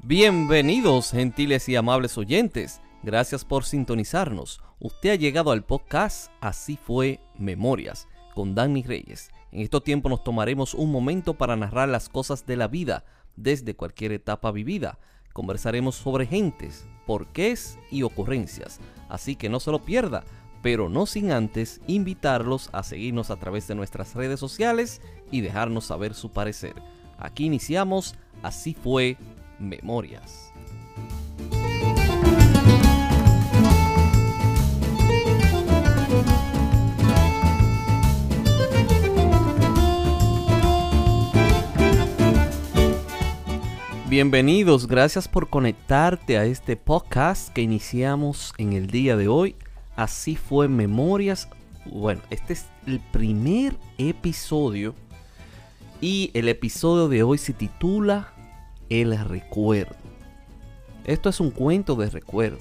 Bienvenidos, gentiles y amables oyentes. Gracias por sintonizarnos. Usted ha llegado al podcast Así fue Memorias, con Danny Reyes. En estos tiempos nos tomaremos un momento para narrar las cosas de la vida, desde cualquier etapa vivida. Conversaremos sobre gentes, porqués y ocurrencias. Así que no se lo pierda, pero no sin antes invitarlos a seguirnos a través de nuestras redes sociales y dejarnos saber su parecer. Aquí iniciamos Así fue Memorias. Bienvenidos, gracias por conectarte a este podcast que iniciamos en el día de hoy. Así fue Memorias. Bueno, este es el primer episodio y el episodio de hoy se titula El recuerdo. Esto es un cuento de recuerdos.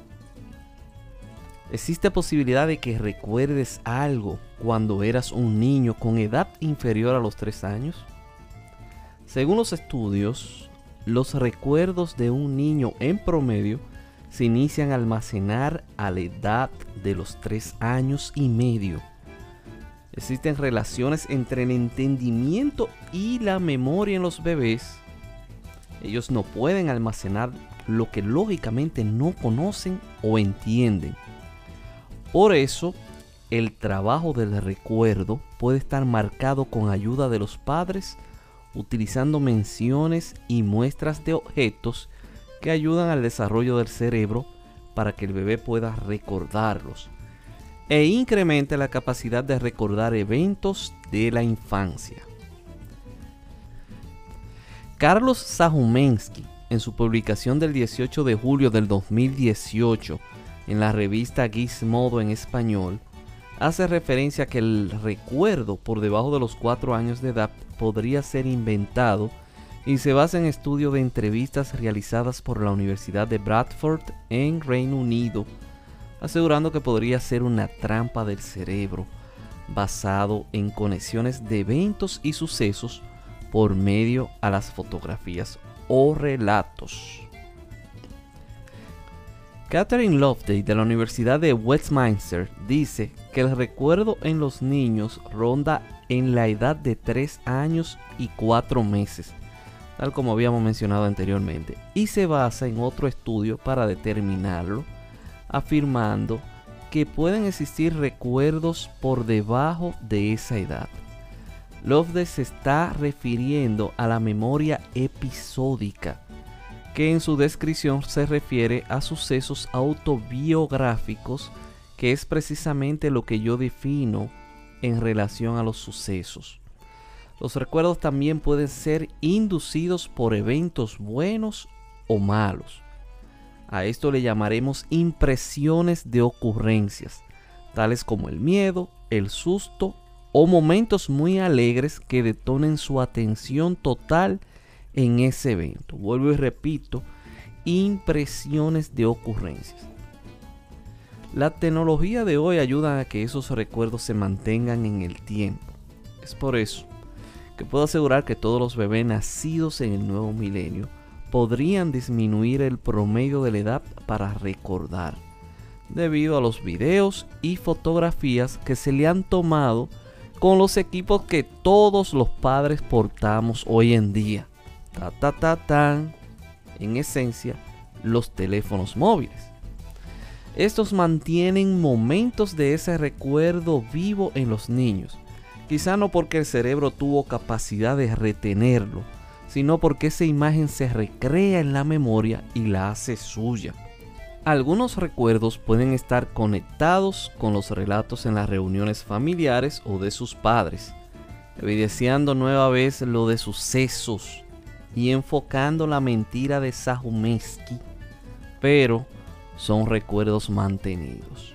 ¿Existe posibilidad de que recuerdes algo cuando eras un niño con edad inferior a los 3 años? Según los estudios, los recuerdos de un niño en promedio se inician a almacenar a la edad de los 3 años y medio. Existen relaciones entre el entendimiento y la memoria en los bebés. Ellos no pueden almacenar lo que lógicamente no conocen o entienden. Por eso, el trabajo del recuerdo puede estar marcado con ayuda de los padres, utilizando menciones y muestras de objetos que ayudan al desarrollo del cerebro para que el bebé pueda recordarlos e incremente la capacidad de recordar eventos de la infancia. Carlos Zahumensky, en su publicación del 18 de julio del 2018 en la revista Gizmodo en español, hace referencia a que el recuerdo por debajo de los 4 años de edad podría ser inventado y se basa en estudios de entrevistas realizadas por la Universidad de Bradford en Reino Unido, asegurando que podría ser una trampa del cerebro basado en conexiones de eventos y sucesos por medio a las fotografías o relatos. Catherine Loveday de la Universidad de Westminster dice que el recuerdo en los niños ronda en la edad de 3 años y 4 meses, tal como habíamos mencionado anteriormente, y se basa en otro estudio para determinarlo, afirmando que pueden existir recuerdos por debajo de esa edad. Loveday se está refiriendo a la memoria episódica, que en su descripción se refiere a sucesos autobiográficos, que es precisamente lo que yo defino en relación a los sucesos. Los recuerdos también pueden ser inducidos por eventos buenos o malos. A esto le llamaremos impresiones de ocurrencias, tales como el miedo, el susto o momentos muy alegres que detonen su atención total en ese evento. Vuelvo y repito, impresiones de ocurrencias. La tecnología de hoy ayuda a que esos recuerdos se mantengan en el tiempo. Es por eso que puedo asegurar que todos los bebés nacidos en el nuevo milenio podrían disminuir el promedio de la edad para recordar, debido a los videos y fotografías que se le han tomado con los equipos que todos los padres portamos hoy en día. En esencia, los teléfonos móviles. Estos mantienen momentos de ese recuerdo vivo en los niños, quizá no porque el cerebro tuvo capacidad de retenerlo, sino porque esa imagen se recrea en la memoria y la hace suya. Algunos recuerdos pueden estar conectados con los relatos en las reuniones familiares o de sus padres, evidenciando nueva vez lo de sucesos y enfocando la mentira de Zahumensky, pero son recuerdos mantenidos.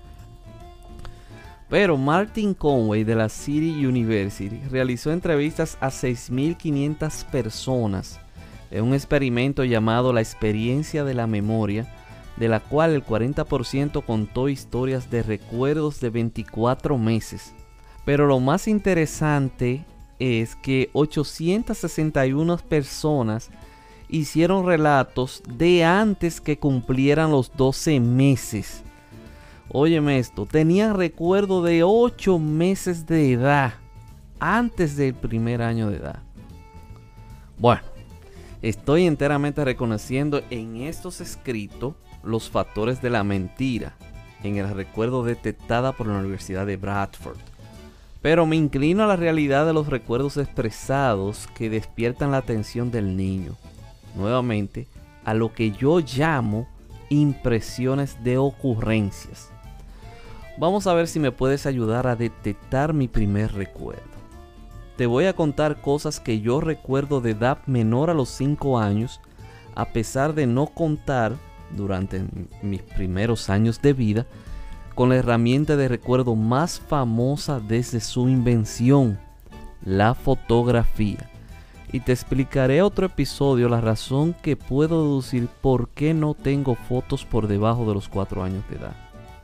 Pero Martin Conway de la City University realizó entrevistas a 6.500 personas en un experimento llamado la experiencia de la memoria, de la cual el 40% contó historias de recuerdos de 24 meses. Pero lo más interesante es que 861 personas hicieron relatos de antes que cumplieran los 12 meses. Óyeme esto, tenían recuerdo de 8 meses de edad, antes del primer año de edad. Bueno, estoy enteramente reconociendo en estos escritos los factores de la mentira en el recuerdo detectada por la Universidad de Bradford. Pero me inclino a la realidad de los recuerdos expresados que despiertan la atención del niño. Nuevamente, a lo que yo llamo impresiones de ocurrencias. Vamos a ver si me puedes ayudar a detectar mi primer recuerdo. Te voy a contar cosas que yo recuerdo de edad menor a los 5 años, a pesar de no contar durante mis primeros años de vida con la herramienta de recuerdo más famosa desde su invención, la fotografía. Y te explicaré otro episodio la razón que puedo deducir por qué no tengo fotos por debajo de los 4 años de edad.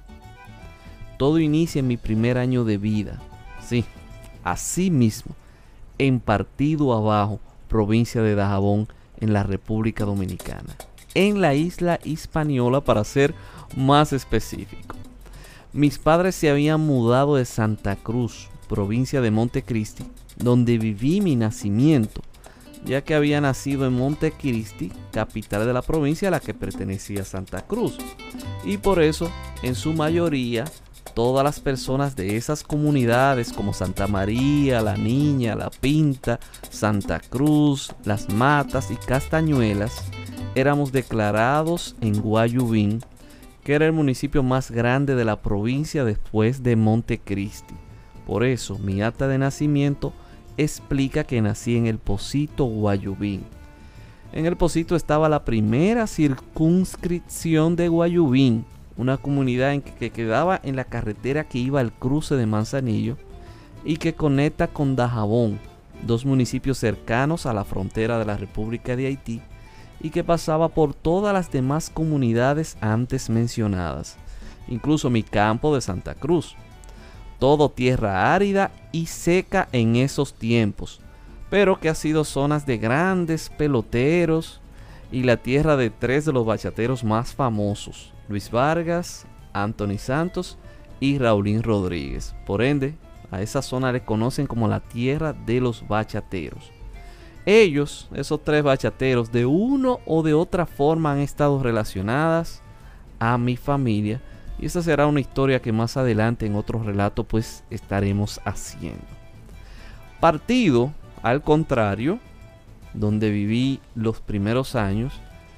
Todo inicia en mi primer año de vida, sí, así mismo, en Partido Abajo, provincia de Dajabón, en la República Dominicana, en la isla Hispaniola para ser más específico. Mis padres se habían mudado de Santa Cruz, provincia de Montecristi, donde viví mi nacimiento, ya que había nacido en Montecristi, capital de la provincia a la que pertenecía Santa Cruz. Y por eso, en su mayoría, todas las personas de esas comunidades como Santa María, La Niña, La Pinta, Santa Cruz, Las Matas y Castañuelas, éramos declarados en Guayubín, que era el municipio más grande de la provincia después de Montecristi. Por eso, mi acta de nacimiento explica que nací en el Pocito, Guayubín. En el Pocito estaba la primera circunscripción de Guayubín, una comunidad que quedaba en la carretera que iba al cruce de Manzanillo y que conecta con Dajabón, 2 municipios cercanos a la frontera de la República de Haití, y que pasaba por todas las demás comunidades antes mencionadas, incluso mi campo de Santa Cruz. Todo tierra árida y seca en esos tiempos, pero que ha sido zonas de grandes peloteros y la tierra de 3 de los bachateros más famosos, Luis Vargas, Anthony Santos y Raulín Rodríguez. Por ende, a esa zona le conocen como la tierra de los bachateros. Ellos, esos 3 bachateros, de una o de otra forma han estado relacionadas a mi familia. Y esa será una historia que más adelante en otro relato pues estaremos haciendo. Partido, al contrario, donde viví los primeros años,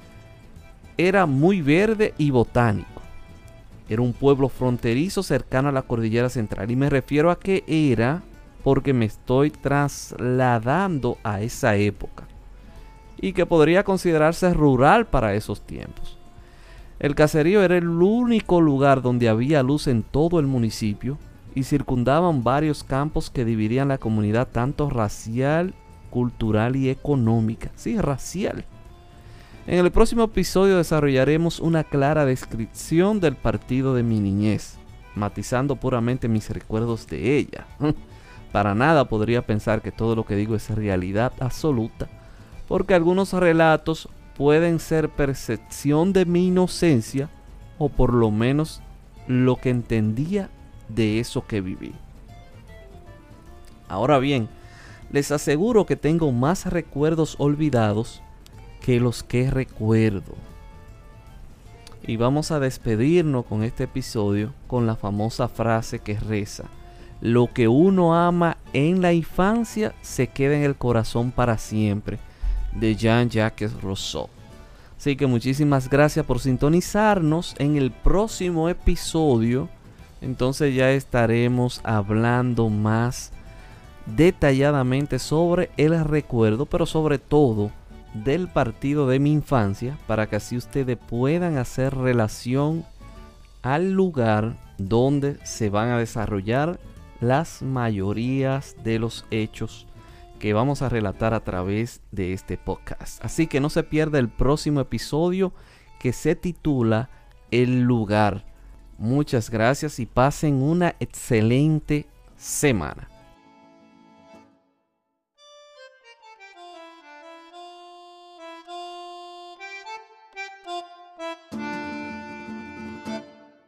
era muy verde y botánico. Era un pueblo fronterizo cercano a la cordillera central. Y me refiero a que era porque me estoy trasladando a esa época. Y que podría considerarse rural para esos tiempos. El caserío era el único lugar donde había luz en todo el municipio. Y circundaban varios campos que dividían la comunidad tanto racial, cultural y económica. Sí, racial. En el próximo episodio desarrollaremos una clara descripción del partido de mi niñez, matizando puramente mis recuerdos de ella. Para nada podría pensar que todo lo que digo es realidad absoluta, porque algunos relatos pueden ser percepción de mi inocencia, o por lo menos lo que entendía de eso que viví. Ahora bien, les aseguro que tengo más recuerdos olvidados que los que recuerdo. Y vamos a despedirnos con este episodio con la famosa frase que reza: lo que uno ama en la infancia se queda en el corazón para siempre, de Jean-Jacques Rousseau. Así que muchísimas gracias por sintonizarnos. En el próximo episodio entonces ya estaremos hablando más detalladamente sobre el recuerdo, pero sobre todo del partido de mi infancia, para que así ustedes puedan hacer relación al lugar donde se van a desarrollar las mayorías de los hechos que vamos a relatar a través de este podcast. Así que no se pierda el próximo episodio, que se titula El lugar. Muchas gracias y pasen una excelente semana.